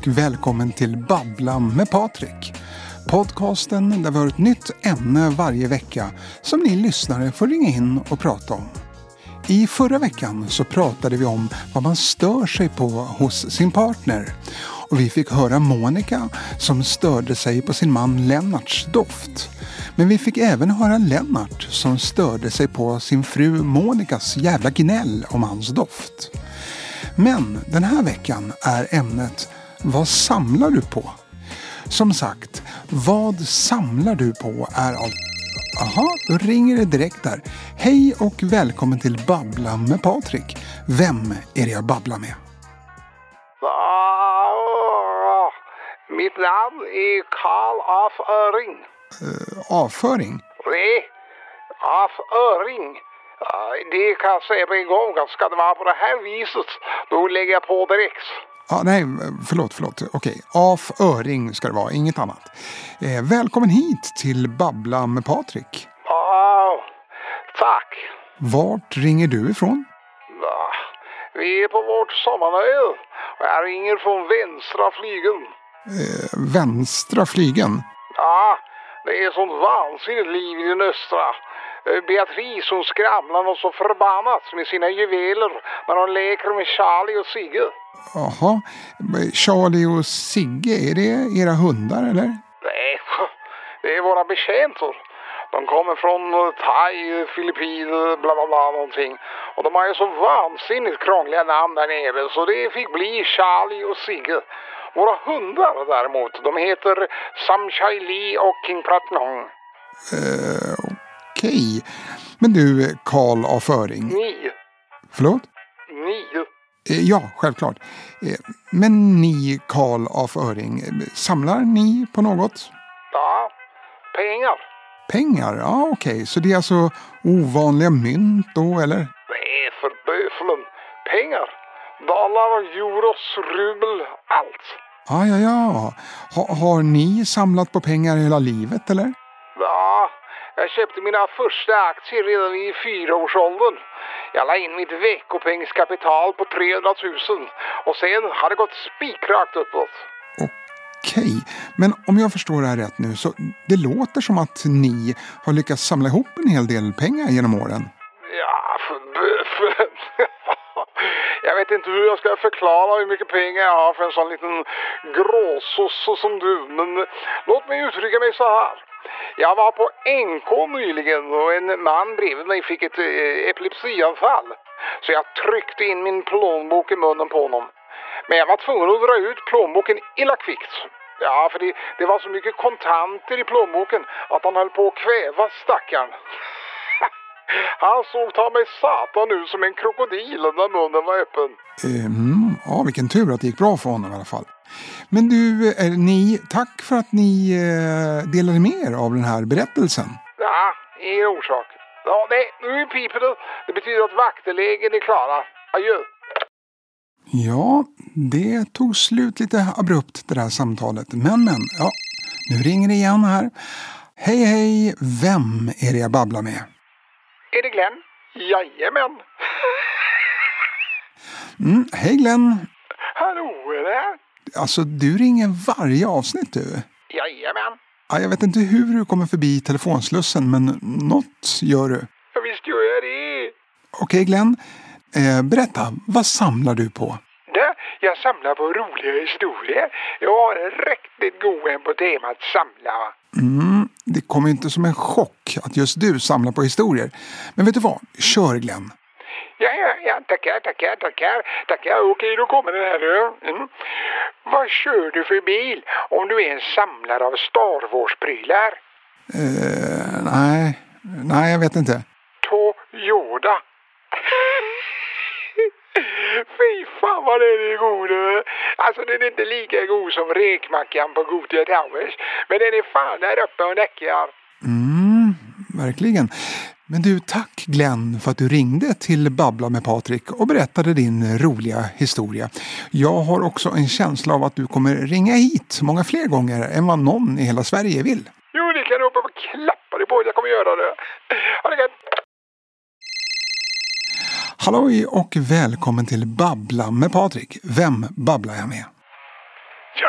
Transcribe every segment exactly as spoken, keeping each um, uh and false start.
välkommen till Babbla med Patrik. Podcasten där vi har ett nytt ämne varje vecka som ni lyssnare får ringa in och prata om. I förra veckan så pratade vi om vad man stör sig på hos sin partner. Och vi fick höra Monica som störde sig på sin man Lennarts doft. Men vi fick även höra Lennart som störde sig på sin fru Monikas jävla gnäll om hans doft. Men den här veckan är ämnet: vad samlar du på? Som sagt, vad samlar du på är allt. Aha, då ringer det direkt där. Hej och välkommen till Babbla med Patrik. Vem är det jag babblar med? Ah, mitt namn är Karl af Öring. Uh, avföring? Nej, af Öring. Uh, det kan jag säga på en gång. Ska det vara på det här viset, då lägger jag på direkt. Ah, nej, förlåt, förlåt. Okej, af Öring ska det vara, inget annat. Eh, välkommen hit till Babbla med Patrik. Ah, tack. Vart ringer du ifrån? Ah, vi är på vårt sommarnöje. Jag ringer från vänstra flygeln. Eh, vänstra flygeln? Ja, det är sånt vansinnigt liv i den östra. Beatrice, hon skramlar något så förbannat med sina juveler när hon leker med Charlie och Sigge. Jaha, Charlie och Sigge, är det era hundar eller? Nej, det är våra betjänter. De kommer från Thai, Filippiner, bla bla bla någonting. Och de har ju så vansinnigt krångliga namn där nere, så det fick bli Charlie och Sigge. Våra hundar däremot, de heter Sam Chai Li och King Pratnong. Uh, Okej, okay. Men du, Karl af Öring. Ni. Förlåt? Ni. Eh, ja, självklart. Eh, men ni, Karl af Öring, samlar ni på något? Ja, pengar. Pengar? Ja, okej. Okay. Så det är alltså ovanliga mynt då, eller? Nej, för böflen. Pengar. Dollar, euros, rubel, allt. Ah, ja, ja. Ha, har ni samlat på pengar hela livet, eller? Ja, jag köpte mina första aktier redan i fyraårsåldern. Jag la in mitt veckopengskapital på trehundratusen och sen har det gått spikrakt uppåt. Okej, men om jag förstår det här rätt nu så det låter som att ni har lyckats samla ihop en hel del pengar genom åren. Ja, för böfen. Jag vet inte hur jag ska förklara hur mycket pengar jag har för en sån liten gråsosse som du, men låt mig uttrycka mig så här. Jag var på N K nyligen och en man bredvid mig fick ett eh, epilepsianfall. Så jag tryckte in min plånbok i munnen på honom. Men jag var tvungen att dra ut plånboken illa kvickt. Ja, för det, det var så mycket kontanter i plånboken att han höll på att kväva stackaren. Han såg ta mig satan ut som en krokodil när munnen var öppen. Mm, ja, vilken tur att det gick bra för honom i alla fall. Men du, är ni, tack för att ni eh, delade med er av den här berättelsen. Ja, ingen orsak. Ja, nej, nu piper det. Det betyder att vaktelägen är klara. Adjö. Ja, det tog slut lite abrupt det här samtalet. Men, men, ja, nu ringer det igen här. Hej, hej, vem är det jag babblar med? Är det Glenn? Jajamän. Mm, hej Glenn. Hallå, är det? Alltså, du ringer varje avsnitt du. Jajamän. Ja, jag vet inte hur du kommer förbi telefonslussen, men något gör du. Ja, visst gör jag det. Okej Glenn, eh, berätta, vad samlar du på? Det, jag samlar på roliga historier. Jag har en riktigt god en på temat samla. Mm, det kommer inte som en chock att just du samlar på historier. Men vet du vad? Kör Glenn. Ja, ja, ja, tackar, tackar, tackar, tackar. Okej, då kommer den här nu. Mm. Vad kör du för bil om du är en samlare av Star Wars-prylar? Uh, nej, nej, jag vet inte. Toyota. Fy fan vad den är god. Alltså den är inte lika god som räkmackan på Gothia Towers. Men den är fan där uppe och näckar. Mm, verkligen. Men du, tack Glenn för att du ringde till Babbla med Patrik och berättade din roliga historia. Jag har också en känsla av att du kommer ringa hit många fler gånger än vad någon i hela Sverige vill. Jo, det kan du uppe och klappa dig på att jag kommer göra det. Ha det gött. Halloj och välkommen till Babbla med Patrik. Vem babblar jag med? Ja,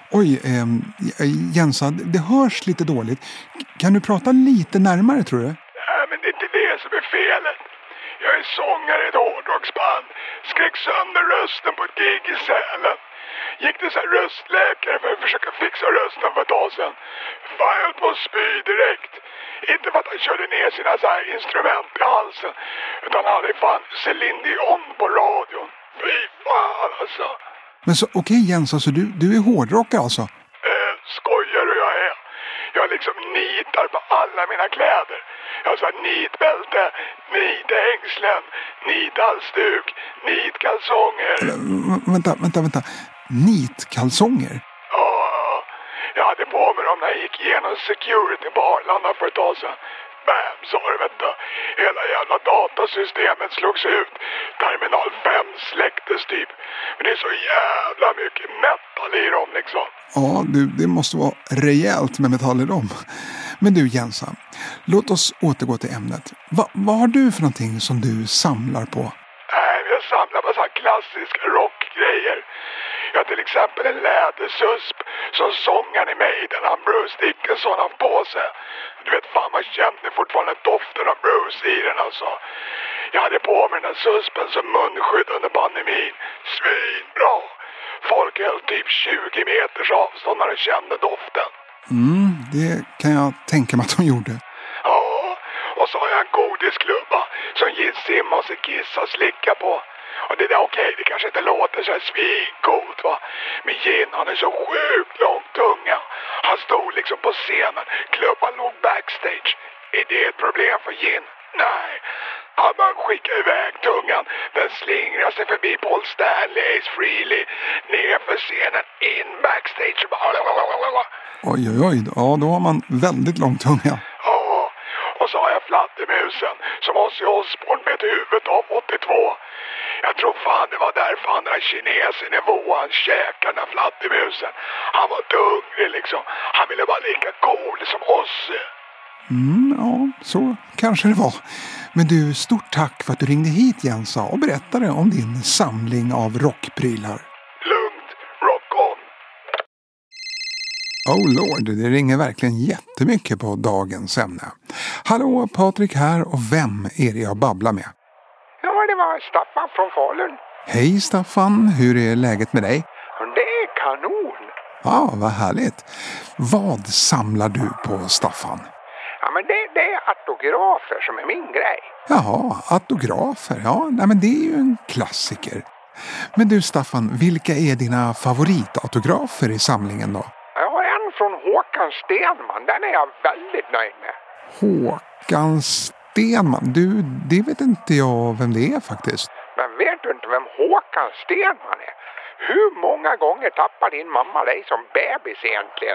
Oj, eh, Jensa, det hörs lite dåligt. Kan du prata lite närmare, tror du? Nej, men det är inte det som är felet. Jag är sångare i ett hårdrocksband. Skrek sönder rösten på ett gig i Sälen. Gick till så här röstläkare för att försöka fixa rösten för ett tag sedan. Fan, jag höll på att spy direkt. Inte för att han körde ner sina så här instrument i halsen. Utan han hade fan Céline Dion på radion. Fy fan alltså. Men så, okej okay, Jens, alltså du, du är hårdrockare alltså? Eh, skojar du jag är. Jag liksom nitar på alla mina kläder. Jag har så här nitbälte, nithängslen, nithalsduk, nitkalsonger. Vä- vänta, vänta, vänta. Nitkalsonger? Ja, jag hade på mig dem när jag gick igenom security på Arlanda för ett tag sedan. Bam, sa det, vet du. Hela jävla datasystemet slogs ut. Terminal fem släcktes typ. Men det är så jävla mycket metal i dem liksom. Ja, du, det måste vara rejält med metall i dem. Men du Jensa, låt oss återgå till ämnet. Va, vad har du för någonting som du samlar på? Nej, jag samlar på så här klassiska rockgrejer. Jag har till exempel en lädersusp som sångaren i Maiden, han Bruce Dickinson, har på sig. Du vet fan, man kände fortfarande doften av Bruce i den alltså. Jag hade på mig den här suspen som munskydd under pandemin. Svinbra! Folk höll typ tjugo meters avstånd när de kände doften. Mm, det kan jag tänka mig att de gjorde. Ja, och så har jag en godisklubba som Gin Simmons och Kiss har slickat på. Och det där, okej, det kanske inte låter så här svincoolt va. Men Gin, han är så sjukt lång tunga. Han stod liksom på scenen, klubban låg backstage. Är det ett problem för Gin? Nej. Han bara skickar iväg tungan. Den slingrar sig förbi Paul Stanley, Ace Frehley, ner för scenen, in backstage. Oj, oj, oj. Ja, då har man väldigt lång tunga. Ja, och så har jag fladdermusen som Ozzy Osbourne med ett huvud av åttiotvå. Jag tror fan det var därför han den där kinesen i våan käkade den fladdermusen. Han var hungrig liksom. Han ville vara lika cool som Ozzy. Mm, ja, så kanske det var. Men du, stort tack för att du ringde hit Jensa och berättade om din samling av rockprylar. Lugnt, rock on! Oh lord, det ringer verkligen jättemycket på dagens ämne. Hallå, Patrik här, och vem är det jag babblar med? Ja, det var Staffan från Falun. Hej Staffan, hur är läget med dig? Det är kanon. Ja, vad härligt. Vad samlar du på, Staffan? Ja, men det, det är autografer som är min grej. Jaha, autografer. Ja, nej, men det är ju en klassiker. Men du Staffan, vilka är dina favoritautografer i samlingen då? Jag har en från Håkan Stenman. Den är jag väldigt nöjd med. Håkan Stenman? Du, det vet inte jag vem det är faktiskt. Men vet du inte vem Håkan Stenman är? Hur många gånger tappar din mamma dig som bebis egentligen?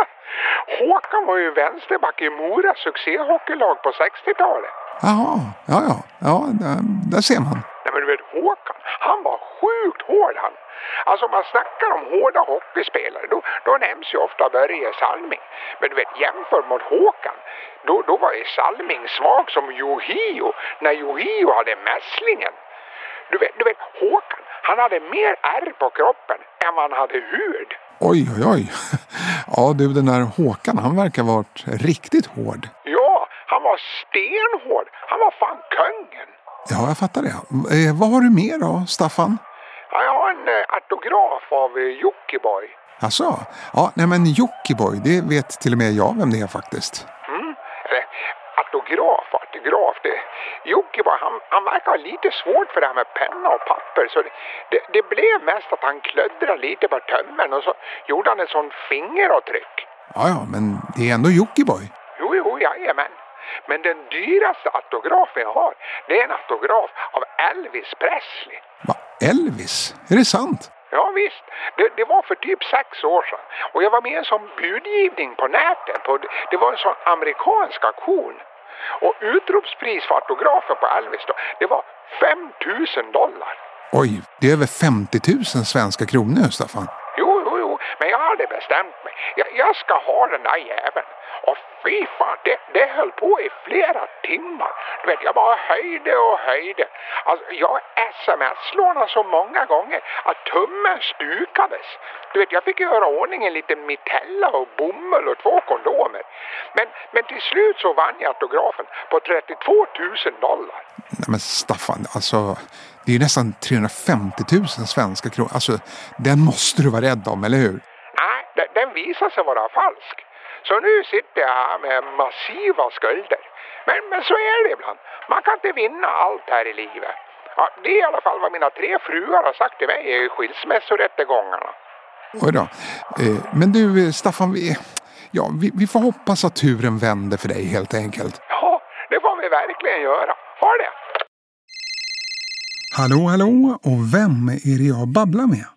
Håkan var ju vänsterback i Mora succéhockeylag på sextiotalet. Jaha, ja, ja, ja, där, där ser man. Nej, men du vet, Håkan, han var sjukt hård han. Alltså om man snackar om hårda hockeyspelare, då, då nämns ju ofta Börje Salming. Men du vet, jämför mot Håkan, då, då var ju Salming svag som Johio när Johio hade mässlingen. Du vet, du vet, Håkan, han hade mer ärr på kroppen än man hade hud. Oj, oj, oj. Ja, du, den där Håkan, han verkar ha varit riktigt hård. Ja, han var stenhård. Han var fan kungen. Ja, jag fattar det. Eh, vad har du mer då, Staffan? Ja, jag har en eh, autograf av eh, Jockiboi. Alltså, ja, nej men Jockiboi, det vet till och med jag vem det är faktiskt. Mm, eller autograf, autograf. Det, Jockiboi, han, han verkar ha lite svårt för det här med penna och papper. Så det, det, det blev mest att han klöddrade lite på tömmen och så gjorde han en sån fingeravtryck. Ja, ja, men det är ändå Jockiboi. Jo, jo, jajamän. Men den dyraste autografen jag har, det är en autograf av Elvis Presley. Va? Elvis? Är det sant? Ja visst, det, det var för typ sex år sedan. Och jag var med i en sån budgivning på nätet. På, det var en sån amerikansk auktion. Och utropspris för autografen på Elvis då, det var fem tusen dollar. Oj, det är över femtio tusen svenska kronor, Staffan. Jo, jo, jo. Men jag har det bestämt mig. Jag, jag ska ha den där jäveln. Och fy fan, det, det höll på i flera timmar. Du vet, jag bara höjde och höjde. Alltså, jag sms-lånade så många gånger att tummen stukades. Du vet, jag fick göra ordning en liten mitella och bomull och två kondomer. Men, men till slut så vann jag autografen på trettiotvå tusen dollar. Nej men Staffan, alltså det är ju nästan trehundrafemtio tusen svenska kronor. Alltså den måste du vara rädd om, eller hur? Nej, den, den visar sig vara falsk. Så nu sitter jag här med massiva skulder. Men, men så är det ibland. Man kan inte vinna allt här i livet. Ja, det är i alla fall vad mina tre fruar har sagt till mig i skilsmässorättegångarna. Oj då. Eh, men du Staffan, vi, ja, vi, vi får hoppas att turen vänder för dig helt enkelt. Ja, det får vi verkligen göra. Ha det! Hallå, hallå, och vem är det jag babblar med?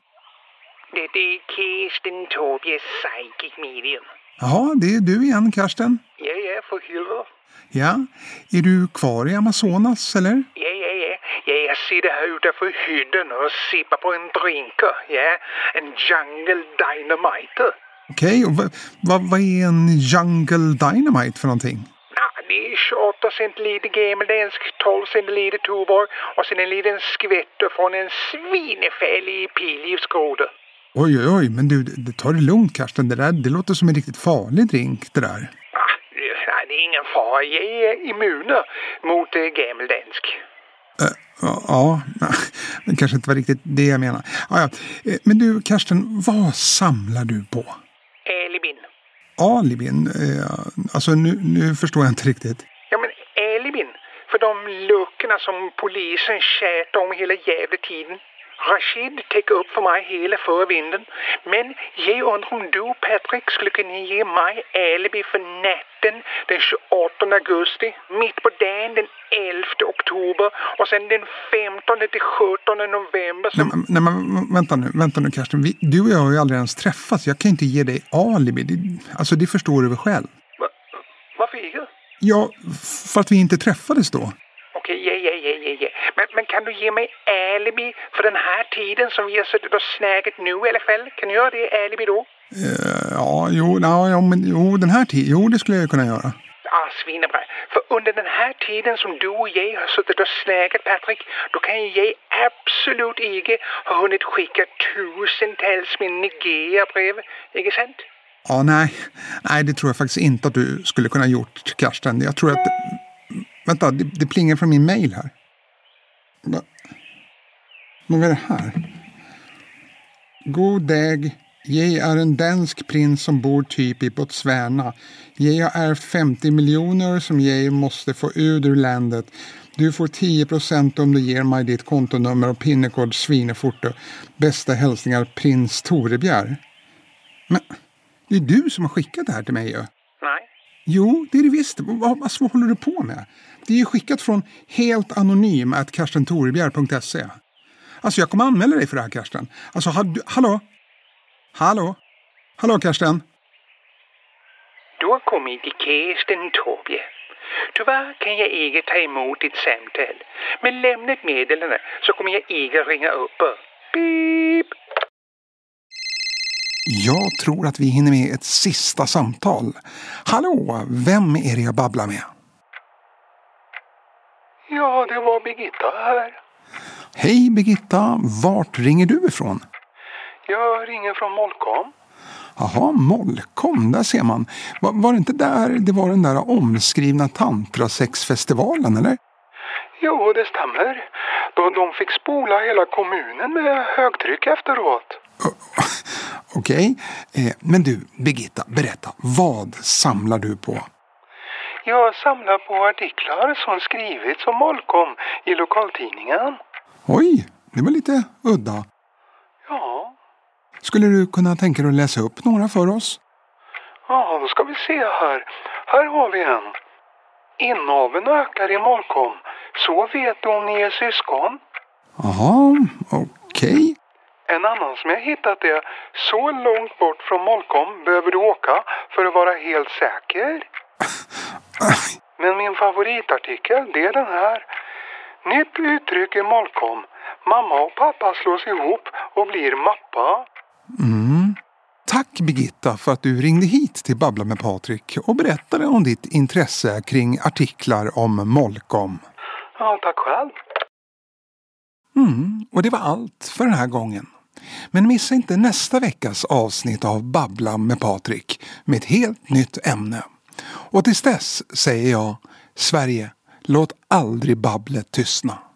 Det är Kirsten Tobias Psychic Medium. Ja, det är du igen, Karsten. Ja, ja, för helvete. Ja, är du kvar i Amazonas, eller? Ja, ja, ja. Ja, jag sitter här utanför hydden och sippar på en drinker. Ja, en Jungle Dynamite. Okej, och vad va, va är en Jungle Dynamite för någonting? Ja, det är tjugoåtta centiliter gammeldansk, tolv centiliter tuborg och sen en liten skvätte från en svinefällig pilgivsgroda. Oj, oj, oj, men du, det tar det lugnt, Karsten. Det där, det låter som en riktigt farlig drink, det där. Ja, det, det är ingen fara. Jag är immun mot äh, gammeldansk. Uh, ja, ja, det kanske inte var riktigt det jag menar. Ja, ja. Men du, Karsten, vad samlar du på? Alibin. Alibin? Eh, alltså, nu, nu förstår jag inte riktigt. Ja, men alibin. För de luckorna som polisen tjatar om hela jävla tiden. Rashid täcker upp för mig hela förra vinden. Men jag undrar om du, Patrick, skulle kunna ge mig alibi för natten den tjugoåttonde augusti, mitt på dagen den elfte oktober och sen den femtonde till sjuttonde november. Som... Nej, men, nej, men vänta nu, vänta nu Karsten. Vi, du och jag har ju aldrig ens träffats. Jag kan inte ge dig alibi. Det, alltså det förstår du väl själv. Va, varför inte? Ja, för att vi inte träffades då. Okej, ja, ja, ja, ja, ja. Men, men kan du ge mig alibi för den här tiden som vi har suttit och snägat nu i alla fall? Kan du göra det alibi då? Uh, ja, jo, ja, ja, men jo, den här tiden, jo, det skulle jag kunna göra. Ah, svinebra. För under den här tiden som du och jag har suttit och snägat, Patrick, då kan jag absolut inte ha hunnit skicka tusentals med Nigeria-brev, inte sant? Ja, nej. Nej, det tror jag faktiskt inte att du skulle kunna gjort, Karsten. Jag tror att... Vänta, det, det plingar från min mail här. Va? Vad är det här? God dag. Jag är en dansk prins som bor typ i Botswana. Jag har ärvt femtio miljoner som jag måste få ut ur landet. Du får tio procent om du ger mig ditt kontonummer och pinnekod svineforte. Bästa hälsningar, prins Torebjer. Men det är du som har skickat det här till mig ju. Nej. Jo, det är det visst. Vad, vad, vad håller du på med? Det är ju skickat från helt anonym at karstentorebjer punkt se. Alltså jag kommer anmäla dig för det här, Karsten. Alltså, ha, du, hallå? Hallå? Hallå, Karsten? Du har kommit till Kirsten Torbjer. Tyvärr kan jag inte ta emot ditt samtal. Men lämna ett meddelande så kommer jag inte ringa upp. Beep! Jag tror att vi hinner med ett sista samtal. Hallå, vem är det jag babblar med? Ja, det var Birgitta här. Hej Birgitta, vart ringer du ifrån? Jag ringer från Molkom. Jaha, Molkom, där ser man. Var, var det inte där det var den där omskrivna tantrasexfestivalen, eller? Jo, det stämmer. Då de fick spola hela kommunen med högtryck efteråt. Okej, okay. eh, men du, Birgitta, berätta. Vad samlar du på? Jag samlar på artiklar som skrivits om Molkom i lokaltidningen. Oj, det var lite udda. Ja. Skulle du kunna tänka dig att läsa upp några för oss? Ja, då ska vi se här. Här har vi en. Inaveln ökar i Molkom. Så vet du om ni är syskon. Jaha, okej. Okay. En annan som jag hittat är: så långt bort från Molkom behöver du åka för att vara helt säker. Men min favoritartikel, det är den här. Nytt uttryck i Molkom. Mamma och pappa slås ihop och blir mappa. Mm. tack Birgitta för att du ringde hit till Babbla med Patrik och berättade om ditt intresse kring artiklar om Molkom. Ja, tack själv. Mm, och det var allt för den här gången. Men missa inte nästa veckas avsnitt av Babbla med Patrik med ett helt nytt ämne. Och tills dess säger jag, Sverige, låt aldrig babblet tystna.